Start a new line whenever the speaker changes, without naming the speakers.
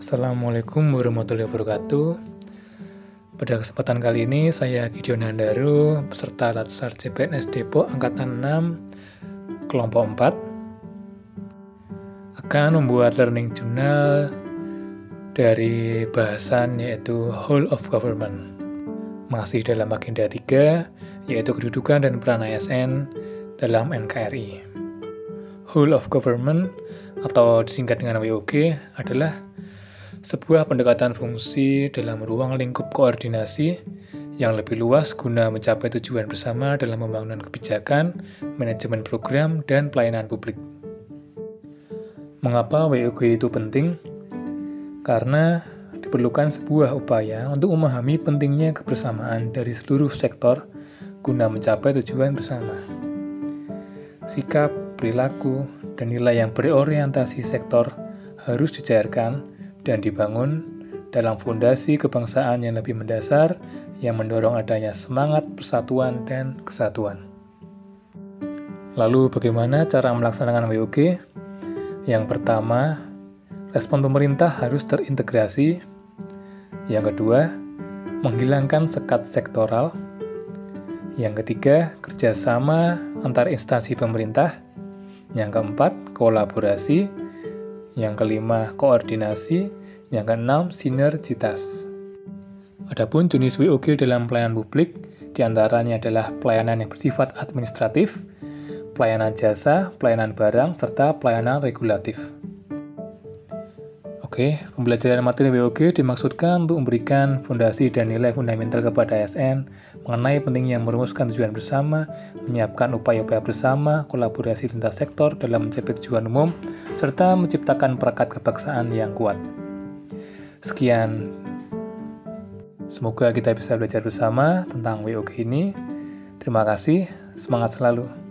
Assalamualaikum warahmatullahi wabarakatuh. Pada kesempatan kali ini saya Gideon Handaro peserta Latsar CPNS Depok Angkatan 6 Kelompok 4 akan membuat learning journal dari bahasan yaitu Whole of Government. Masih dalam agenda 3 yaitu kedudukan dan peran ASN dalam NKRI. Whole of Government atau disingkat dengan WOG adalah sebuah pendekatan fungsi dalam ruang lingkup koordinasi yang lebih luas guna mencapai tujuan bersama dalam pembangunan kebijakan, manajemen program, dan pelayanan publik. Mengapa WOG itu penting? Karena diperlukan sebuah upaya untuk memahami pentingnya kebersamaan dari seluruh sektor guna mencapai tujuan bersama. Sikap, perilaku, dan nilai yang berorientasi sektor harus dicairkan dan dibangun dalam fondasi kebangsaan yang lebih mendasar yang mendorong adanya semangat persatuan dan kesatuan. Lalu bagaimana cara melaksanakan WOG? Yang pertama, respon pemerintah harus terintegrasi. Yang kedua, menghilangkan sekat sektoral. Yang ketiga, kerjasama antar instansi pemerintah. Yang keempat, kolaborasi. Yang kelima, koordinasi. Yang keenam, sinergitas. Adapun jenis WOG dalam pelayanan publik, diantaranya adalah pelayanan yang bersifat administratif, pelayanan jasa, pelayanan barang, serta pelayanan regulatif. Oke, pembelajaran materi WOG dimaksudkan untuk memberikan fondasi dan nilai fundamental kepada ASN mengenai pentingnya merumuskan tujuan bersama, menyiapkan upaya-upaya bersama, kolaborasi lintas sektor dalam mencapai tujuan umum, serta menciptakan perekat kebangsaan yang kuat. Sekian. Semoga kita bisa belajar bersama tentang WOG ini. Terima kasih, semangat selalu.